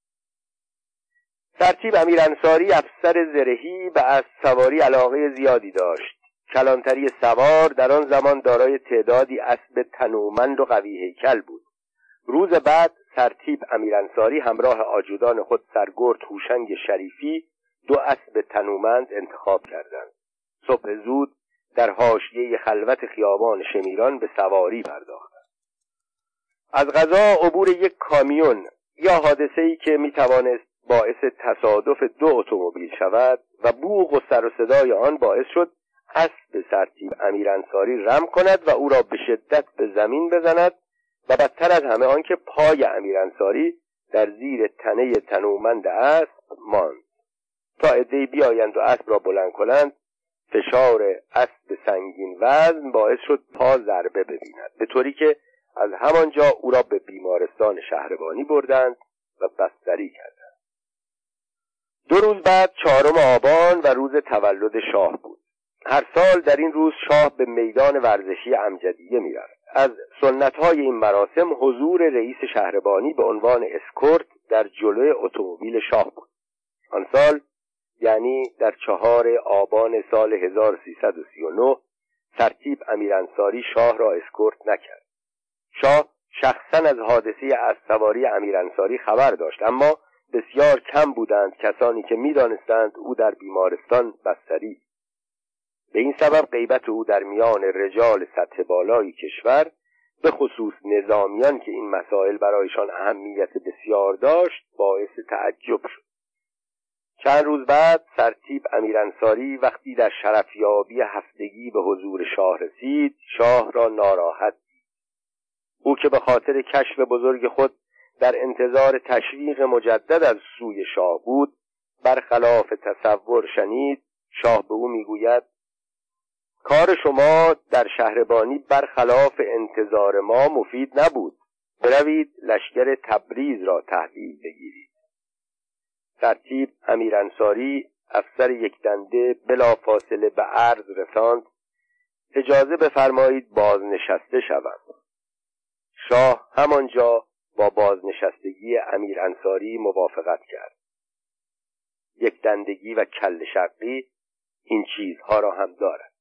سرتیپ امیرانصاری افسر زرهی و از سواری علاقه زیادی داشت. کلانتری سوار در آن زمان دارای تعدادی اسب تنومند و قوی هیکل بود. روز بعد سرتیپ امیرانصاری همراه آجودان خود سرگرد هوشنگ شریفی 2 اسب تنومند انتخاب کردند. صبح زود در حاشیه خلوت خیابان شمیران به سواری پرداختند. از قضا عبور یک کامیون یا حادثه‌ای که میتوانست باعث تصادف 2 اتومبیل شود و بوق و سر و صدای آن باعث شد اسب سرتیپ امیرانصاری رم کند و او را به شدت به زمین بزند و بدتر از همه آن که پای امیرانصاری در زیر تنه تنومند اسب ماند تا عده‌ای بیایند و اسب را بلند کنند. فشار اسب سنگین وزن باعث شد پا ضربه ببیند، به طوری که از همانجا او را به بیمارستان شهربانی بردند و بستری کردند. 2 روز بعد 4 آبان و روز تولد شاه بود. هر سال در این روز شاه به میدان ورزشی امجدیه می‌رفت. از سنت‌های این مراسم حضور رئیس شهربانی به عنوان اسکورت در جلوی اتومبیل شاه بود. آن سال، یعنی در 4 آبان سال 1339، سرتیپ امیرانصاری شاه را اسکورت نکرد. شاه شخصا از حادثه اسب‌سواری امیرانصاری خبر داشت، اما بسیار کم بودند کسانی که می‌دانستند او در بیمارستان بستری. به این سبب غیبت او در میان رجال سطح بالای کشور، به خصوص نظامیان که این مسائل برایشان اهمیت بسیار داشت، باعث تعجب شد. چند روز بعد سرتیپ امیرانصاری وقتی در شرفیابی هفتگی به حضور شاه رسید، شاه را ناراحت دید. او که به خاطر کشف بزرگ خود در انتظار تشویق مجدد از سوی شاه بود، برخلاف تصور شنید شاه به او میگوید: کار شما در شهربانی برخلاف انتظار ما مفید نبود. بروید لشکر تبریز را تحویل بگیرید. سرتیپ امیرانصاری افسر یک دنده بلافاصله به عرض رساند: اجازه بفرمایید بازنشسته شوم. شاه همانجا با بازنشستگی امیرانصاری موافقت کرد. یک دندگی و کله شقی این چیزها را هم دارد.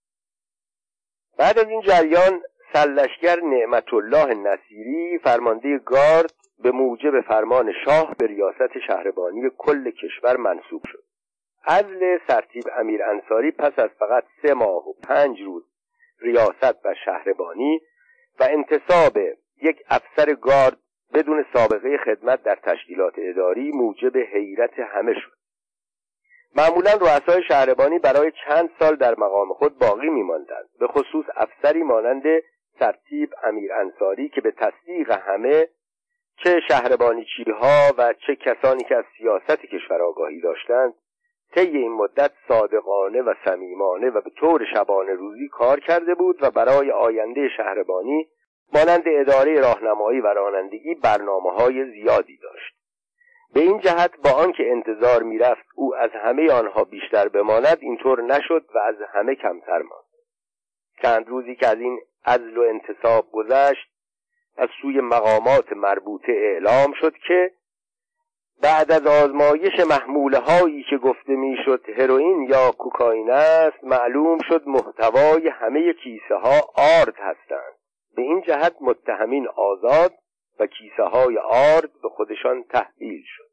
بعد از این جریان سرلشکر نعمت الله نصیری فرمانده گارد به موجب فرمان شاه به ریاست شهربانی کل کشور منصوب شد. عزل سرتیپ امیرانصاری پس از فقط 3 ماه و 5 روز ریاست و شهربانی و انتصاب یک افسر گارد بدون سابقه خدمت در تشکیلات اداری موجب حیرت همه شد. معمولا رؤسای شهربانی برای چند سال در مقام خود باقی می‌ماندند، به خصوص افسری مانند سرتیپ امیرانصاری که به تصدیق همه، چه شهربانیچی‌ها و چه کسانی که از سیاست کشور آگاهی داشتند، طی این مدت صادقانه و صمیمانه و به طور شبانه روزی کار کرده بود و برای آینده شهربانی مانند اداره راهنمایی و رانندگی برنامه‌های زیادی داشت. به این جهت با آنکه انتظار می‌رفت او از همه آنها بیشتر بماند، اینطور نشد و از همه کمتر ماند. چند روزی که از این عزل و انتصاب گذشت، از سوی مقامات مربوطه اعلام شد که بعد از آزمایش محموله هایی که گفته میشد هروئین یا کوکائین است، معلوم شد محتوای همه کیسه ها آرد هستند. به این جهت متهمین آزاد و کیسه های آرد به خودشان تحویل شد.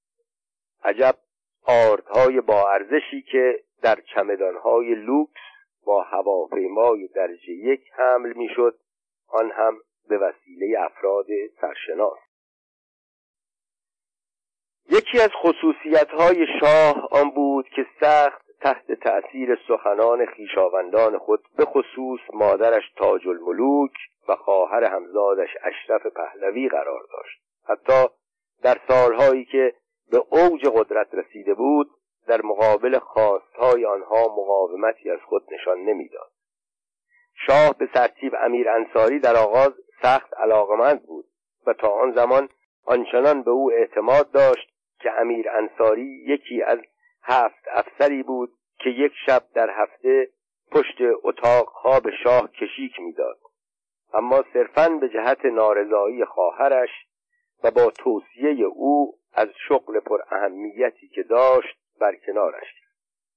عجب آردهای با ارزشی که در چمدانهای لوکس با هواپیمای درجه 1 حمل میشد، آن هم به وسیله افراد سرشناس. یکی از خصوصیت‌های شاه آن بود که سخت تحت تأثیر سخنان خویشاوندان خود، به خصوص مادرش تاج الملوک و خواهر همزادش اشرف پهلوی قرار داشت. حتی در سالهایی که به اوج قدرت رسیده بود، در مقابل خواستهای آنها مقاومتی از خود نشان نمیداد. شاه به سرتیپ امیرانصاری در آغاز سخت علاقمند بود و تا آن زمان آنچنان به او اعتماد داشت که امیرانصاری یکی از 7 افسری بود که یک شب در هفته پشت اتاق خواب شاه کشیک میداد، اما صرفاً به جهت نارضایی خواهرش و با توصیه او از شغل پر اهمیتی که داشت برکنارش کرد.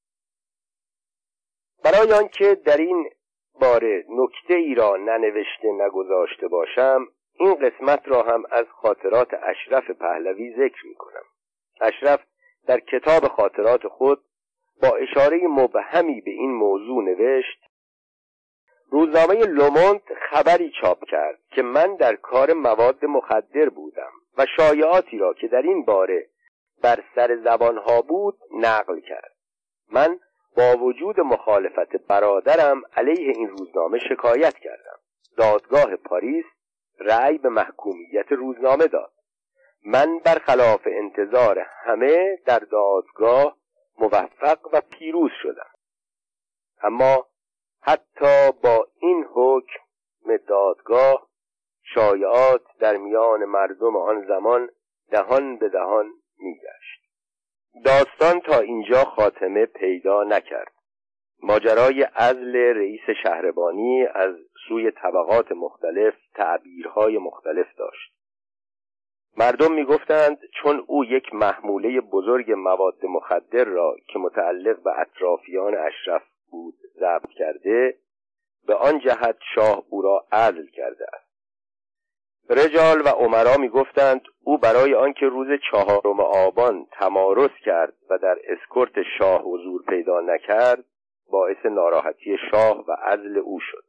برای آنکه در این باره نکته ای را ننوشته نگذاشته باشم، این قسمت را هم از خاطرات اشرف پهلوی ذکر می کنم. اشرف در کتاب خاطرات خود با اشاره مبهمی به این موضوع نوشت: روزنامه لوموند خبری چاپ کرد که من در کار مواد مخدر بودم و شایعاتی را که در این باره بر سر زبانها بود نقل کرد. من با وجود مخالفت برادرم علیه این روزنامه شکایت کردم. دادگاه پاریس رأی به محکومیت روزنامه داد. من برخلاف انتظار همه در دادگاه موفق و پیروز شدم. اما حتی با این حکم دادگاه شایعات در میان مردم آن زمان دهان به دهان می‌گشت. داستان تا اینجا خاتمه پیدا نکرد. ماجرای عزل رئیس شهربانی از سوی طبقات مختلف تعبیرهای مختلف داشت. مردم میگفتند چون او یک محموله بزرگ مواد مخدر را که متعلق به اطرافیان اشرف بود ضبط کرده، به آن جهت شاه او را عزل کرده است. رجال و امرا میگفتند او برای آنکه روز 4 آبان تمارض کرد و در اسکورت شاه حضور پیدا نکرد باعث ناراحتی شاه و عزل او شد.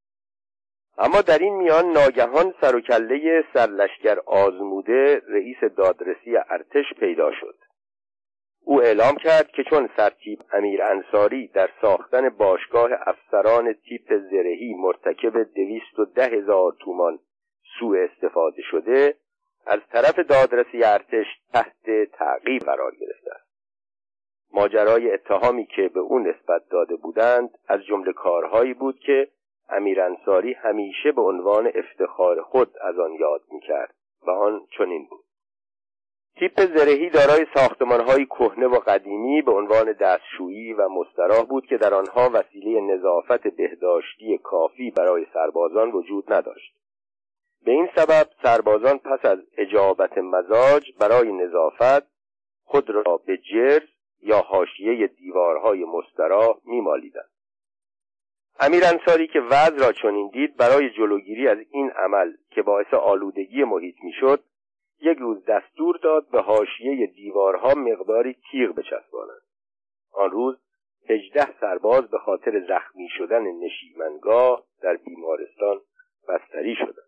اما در این میان ناگهان سر و کله سرلشکر آزموده رئیس دادرسی ارتش پیدا شد. او اعلام کرد که چون سرتیپ امیر انصاری در ساختن باشگاه افسران تیپ زرهی مرتکب 210,000 تومان سوء استفاده شده، از طرف دادرسی ارتش تحت تعقیب قرار گرفته است. ماجرای اتهامی که به او نسبت داده بودند از جمله کارهایی بود که امیر انصاری همیشه به عنوان افتخار خود از آن یاد می‌کرد و آن چنین بود: تیپ زرهی دارای ساختمان‌های کهنه و قدیمی به عنوان دستشویی و مستراح بود که در آنها وسیله نظافت بهداشتی کافی برای سربازان وجود نداشت. به این سبب سربازان پس از اجابت مزاج برای نظافت خود را به جرز یا حاشیه دیوارهای مستراح می‌مالیدند. امیر انصاری که وضع را چنین دید، برای جلوگیری از این عمل که باعث آلودگی محیط میشد، یک روز دستور داد به حاشیه دیوارها مقداری تیغ بچسبانند. آن روز 18 سرباز به خاطر زخمی شدن نشیمنگاه در بیمارستان بستری شدند.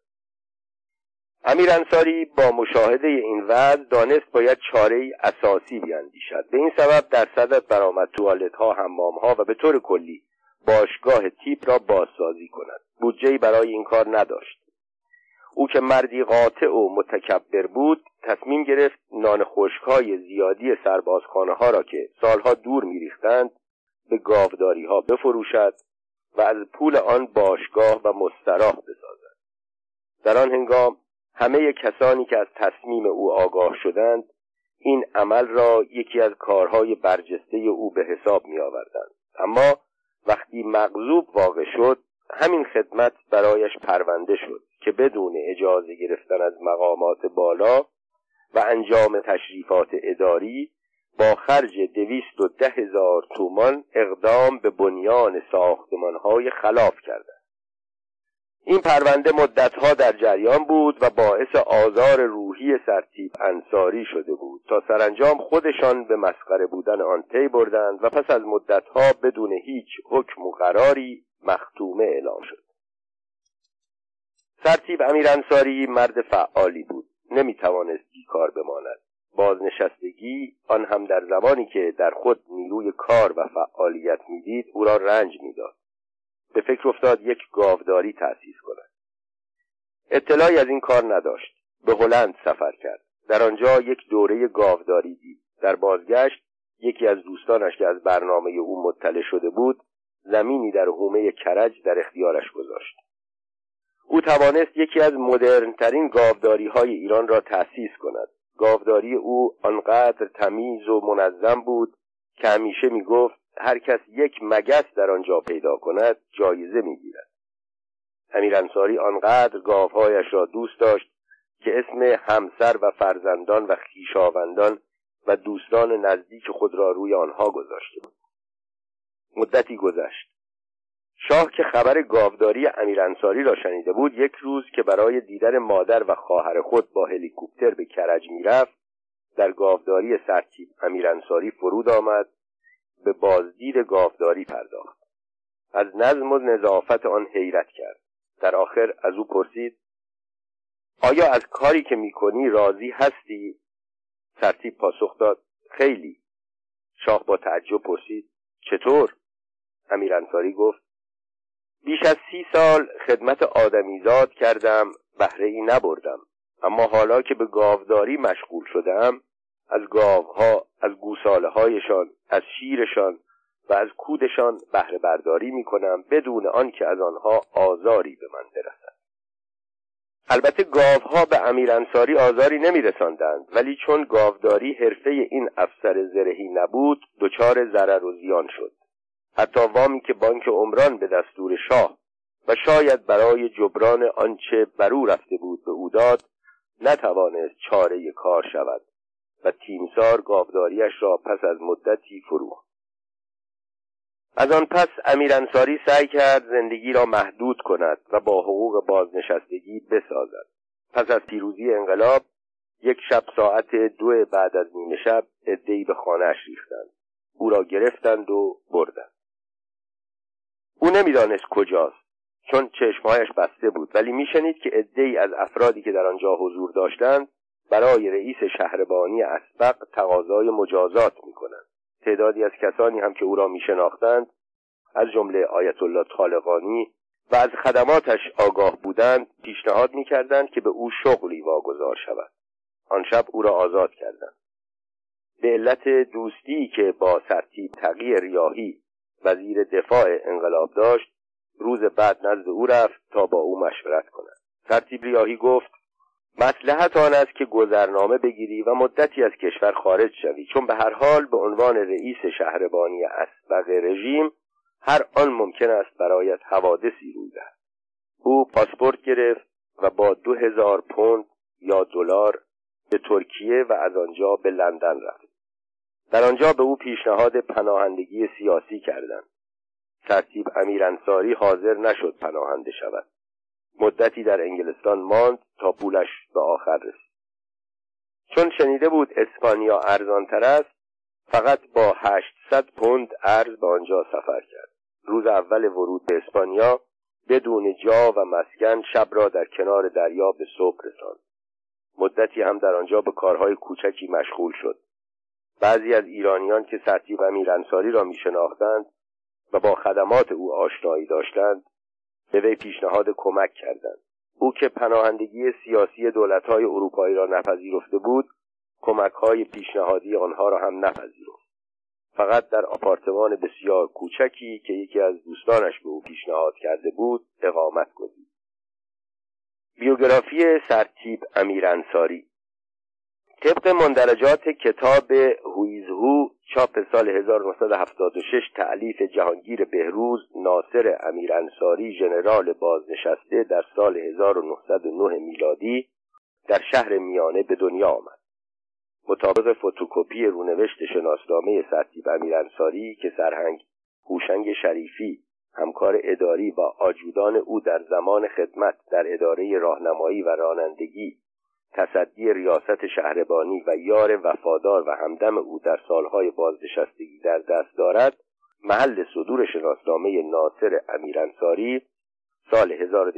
امیر انصاری با مشاهده این وضع دانست باید چاره‌ای اساسی بیاندیشد. به این سبب در صدد برآمد توالت‌ها، حمام‌ها و به طور کلی باشگاه تیپ را بازسازی کند. بودجه‌ای برای این کار نداشت. او که مردی قاطع و متکبر بود، تصمیم گرفت نان خشک‌های زیادی سربازخانه‌ها را که سالها دور می‌ریختند به گاوداری‌ها بفروشد و از پول آن باشگاه و مستراح بسازد. در آن هنگام همه کسانی که از تصمیم او آگاه شدند این عمل را یکی از کارهای برجسته او به حساب می‌آوردند. اما وقتی مغضوب واقع شد، همین خدمت برایش پرونده شد که بدون اجازه گرفتن از مقامات بالا و انجام تشریفات اداری با خرج 210,000 تومان اقدام به بنیان ساختمان‌های خلاف کرده. این پرونده مدتها در جریان بود و باعث آزار روحی سرتیپ انصاری شده بود تا سرانجام خودشان به مسخره بودن آن پی بردند و پس از مدتها بدون هیچ حکم و قراری مختومه اعلام شد. سرتیپ امیر انصاری مرد فعالی بود، نمیتوانست بیکار بماند. بازنشستگی، آن هم در زمانی که در خود نیروی کار و فعالیت میدید، او را رنج میداد. به فکر افتاد یک گاوداری تأسیس کند. اطلاعی از این کار نداشت. به هلند سفر کرد. در آنجا یک دوره گاوداری دید. در بازگشت یکی از دوستانش که از برنامه او مطلع شده بود، زمینی در حومه کرج در اختیارش گذاشت. او توانست یکی از مدرن‌ترین گاوداری‌های ایران را تأسیس کند. گاوداری او آنقدر تمیز و منظم بود که همیشه می‌گفت هر کس یک مگس در آنجا پیدا کند جایزه می‌گیرد. امیر انصاری آنقدر گاوهایش را دوست داشت که اسم همسر و فرزندان و خویشاوندان و دوستان نزدیک خود را روی آنها گذاشته بود. مدتی گذشت. شاه که خبر گاوداری امیر انصاری را شنیده بود، یک روز که برای دیدن مادر و خواهر خود با هلیکوپتر به کرج میرفت، در گاوداری سرتیپ امیر انصاری فرود آمد، به بازدید گاوداری پرداخت. از نظم و نظافت آن حیرت کرد. در آخر از او پرسید: آیا از کاری که میکنی راضی هستی؟ سرتیپ پاسخ داد: خیلی. شاه با تعجب پرسید: چطور؟ امیر انصاری گفت: بیش از 30 سال خدمت آدمیزاد کردم، بهره‌ای نبردم. اما حالا که به گاوداری مشغول شدم، از گاوها، از گوساله هایشان، از شیرشان و از کودشان بهره برداری می کنم بدون آن که از آنها آزاری به من برسد. البته گاوها به امیر انصاری آزاری نمی رساندند، ولی چون گاوداری حرفه این افسر زرهی نبود دچار ضرر و زیان شد. حتی وامی که بانک عمران به دستور شاه و شاید برای جبران آنچه برو رفته بود به او داد نتوانست چاره کار شود و تیمسار گاوداریش را پس از مدتی فروخت. از آن پس امیر انصاری سعی کرد زندگی را محدود کند و با حقوق بازنشستگی بسازد. پس از پیروزی انقلاب یک شب ساعت 2 بعد از نیمه شب عده‌ای به خانه‌اش ریختند. او را گرفتند و بردند. او نمی‌دانست کجاست، چون چشمهایش بسته بود، ولی میشنید که عده‌ای از افرادی که در آنجا حضور داشتند برای رئیس شهربانی اسبق تقاضای مجازات می‌کنند. تعدادی از کسانی هم که او را میشناختند، از جمله آیت الله طالقانی و از خدماتش آگاه بودند، پیشنهاد می‌کردند که به او شغلی واگذار شود. آن شب او را آزاد کردند. به علت دوستی که با سرتیپ تقی ریاحی وزیر دفاع انقلاب داشت، روز بعد نزد او رفت تا با او مشورت کند. سرتیپ ریاحی گفت: مصلحت آن است که گذرنامه بگیری و مدتی از کشور خارج شوی، چون به هر حال به عنوان رئیس شهربانی اسبق رژیم هر آن ممکن است برایت حوادثی روی دهد. او پاسپورت گرفت و با 2000 پوند یا دلار به ترکیه و از آنجا به لندن رفت. در آنجا به او پیشنهاد پناهندگی سیاسی کردند. سرتیپ امیر انصاری حاضر نشد پناهنده شود. مدتی در انگلستان ماند تا پولش به آخر رسید. چون شنیده بود اسپانیا ارزان‌تر است، فقط با 800 پوند ارز به آنجا سفر کرد. روز اول ورود به اسپانیا بدون جا و مسکن شب را در کنار دریا به صبح رساند. مدتی هم در آنجا به کارهای کوچکی مشغول شد. بعضی از ایرانیان که سرتیپ امیر انصاری را می‌شناختند و با خدمات او آشنایی داشتند به وی پیشنهاد کمک کردند. او که پناهندگی سیاسی دولت‌های اروپایی را نپذیرفته بود، کمک‌های پیشنهادی آنها را هم نپذیرفت. فقط در آپارتمان بسیار کوچکی که یکی از دوستانش به او پیشنهاد کرده بود اقامت گزید. بیوگرافی سرتیپ امیر انصاری. طبق مندرجات کتاب هویزهو چاپ سال 1976 تألیف جهانگیر بهروز، ناصر امیر انصاری ژنرال بازنشسته در سال 1909 میلادی در شهر میانه به دنیا آمد. مطابق فتوکپی رونوشت شناسنامه سرتیپ امیر انصاری که سرهنگ هوشنگ شریفی همکار اداری و آجودان او در زمان خدمت در اداره راهنمایی و رانندگی، تصدی ریاست شهربانی و یار وفادار و همدم او در سالهای بازنشستگی در دست دارد، محل صدور شناسنامه ناصر امیر انصاری سال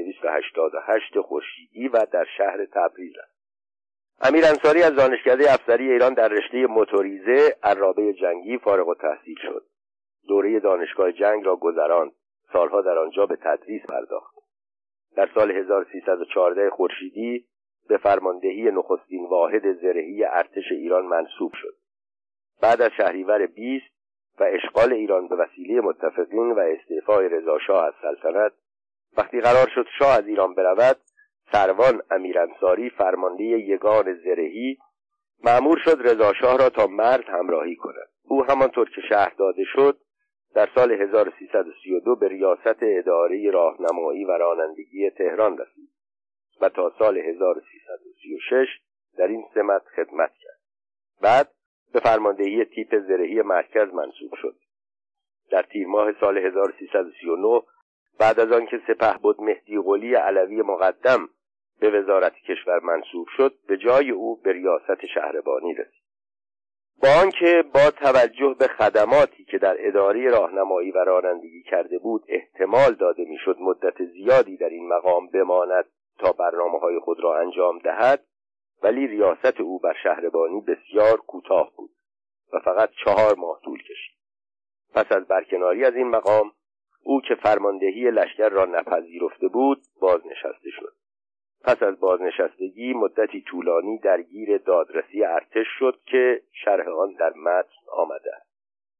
1288 خورشیدی و در شهر تبریز است. امیر انصاری از دانشکده افسری ایران در رشته موتوریزه عرابه جنگی فارغ التحصیل شد. دوره دانشگاه جنگ را گذراند. سالها در آنجا به تدریس پرداخت. در سال 1314 خورشیدی به فرماندهی نخستین واحد زرهی ارتش ایران منصوب شد. بعد از شهریور 20 و اشغال ایران به وسیله متفقین و استعفای رضا شاه از سلطنت، وقتی قرار شد شاه از ایران برود، سروان امیر انصاری فرمانده یگان زرهی مأمور شد رضا شاه را تا مرز همراهی کند. او همانطور که شهر داده شد در سال 1332 به ریاست اداره راهنمایی و رانندگی تهران رسید و تا سال 1336 در این سمت خدمت کرد. بعد به فرماندهی تیپ زرهی مرکز منصوب شد. در تیر ماه سال 1339 بعد از آنکه سپهبد مهدی قلی علوی مقدم به وزارت کشور منصوب شد، به جای او به ریاست شهربانی رسید. با آنکه با توجه به خدماتی که در اداره راهنمایی و رانندگی کرده بود احتمال داده میشد مدت زیادی در این مقام بماند تا برنامه‌های خود را انجام دهد، ولی ریاست او بر شهربانی بسیار کوتاه بود و فقط 4 ماه طول کشید. پس از برکناری از این مقام، او که فرماندهی لشکر را نپذیرفته بود بازنشسته شد. پس از بازنشستگی مدتی طولانی درگیر دادرسی ارتش شد که شرح آن در متن آمده است.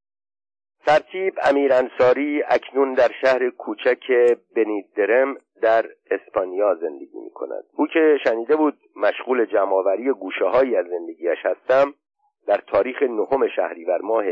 سرتیپ امیر انصاری اکنون در شهر کوچک بنیدرم در اسپانیا زندگی می‌کند. او که شنیده بود مشغول جمع‌آوری گوشه‌هایی از زندگیش هستم، در تاریخ 9 شهریور ماه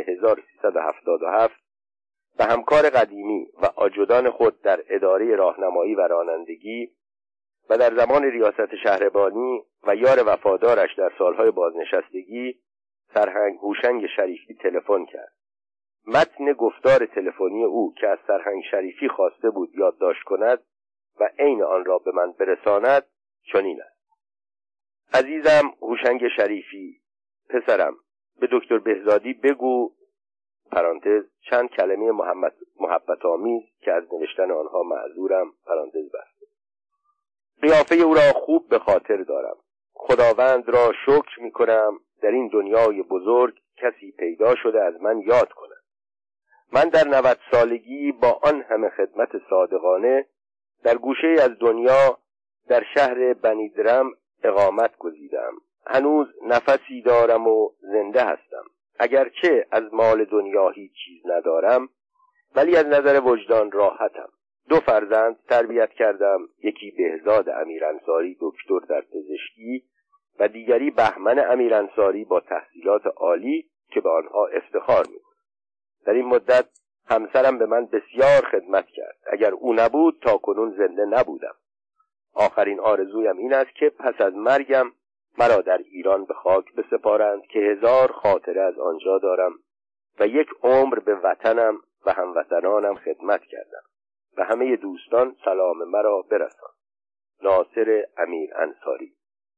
1377 به همکار قدیمی و آجودان خود در اداره راهنمایی و رانندگی و در زمان ریاست شهربانی و یار وفادارش در سالهای بازنشستگی سرهنگ هوشنگ شریفی تلفن کرد. متن گفتار تلفنی او که از سرهنگ شریفی خواسته بود یادداشت کند و عین آن را به من برساند چنین است: عزیزم هوشنگ شریفی، پسرم، به دکتر بهزادی بگو پرانتز چند کلمه محبت آمیز که از نوشتن آنها معذورم پرانتز بسته. قیافه او را خوب به خاطر دارم. خداوند را شکر می کنم در این دنیای بزرگ کسی پیدا شده از من یاد کند. من در 90 سالگی با آن همه خدمت صادقانه در گوشه از دنیا در شهر بنیدرم اقامت گزیدم. هنوز نفسی دارم و زنده هستم. اگرچه از مال دنیا هیچ چیز ندارم، ولی از نظر وجدان راحتم. 2 فرزند تربیت کردم، یکی بهزاد امیر انصاری دکتر در پزشکی و دیگری بهمن امیر انصاری با تحصیلات عالی که به آنها افتخار می‌کنم. در این مدت همسرم به من بسیار خدمت کرد. اگر او نبود تا کنون زنده نبودم. آخرین آرزویم این است که پس از مرگم مرا در ایران به خاک بسپارند که 1000 خاطره از آنجا دارم و 1 عمر به وطنم و هموطنانم خدمت کردم و همه دوستان سلام مرا برسان. ناصر امیر انصاری.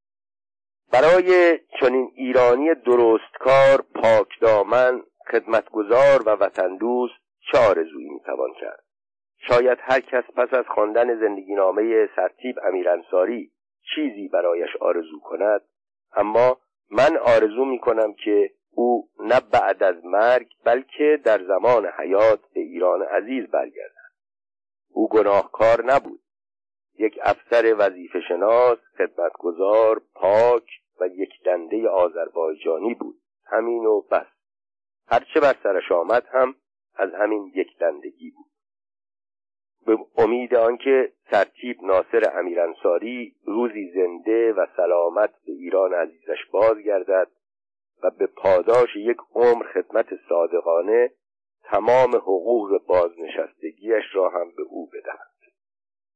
برای چنین ایرانی درستکار، پاکدامن، خدمتگزار و وطن دوست چه آرزویی میتوان کرد؟ شاید هر کس پس از خواندن زندگینامه سرتیپ امیر انصاری چیزی برایش آرزو کند، اما من آرزو میکنم که او نه بعد از مرگ بلکه در زمان حیات به ایران عزیز برگردد. او گناهکار نبود. یک افسر وظیفه شناس، خدمتگزار، پاک و یک دنده آذربایجانی بود. همین و بس. هرچه بر سرش آمد هم از همین یک دندگی بود. به امید آنکه سرتیپ ناصر امیر انصاری روزی زنده و سلامت به ایران عزیزش بازگردد و به پاداش 1 عمر خدمت صادقانه تمام حقوق بازنشستگیش را هم به او بدهد.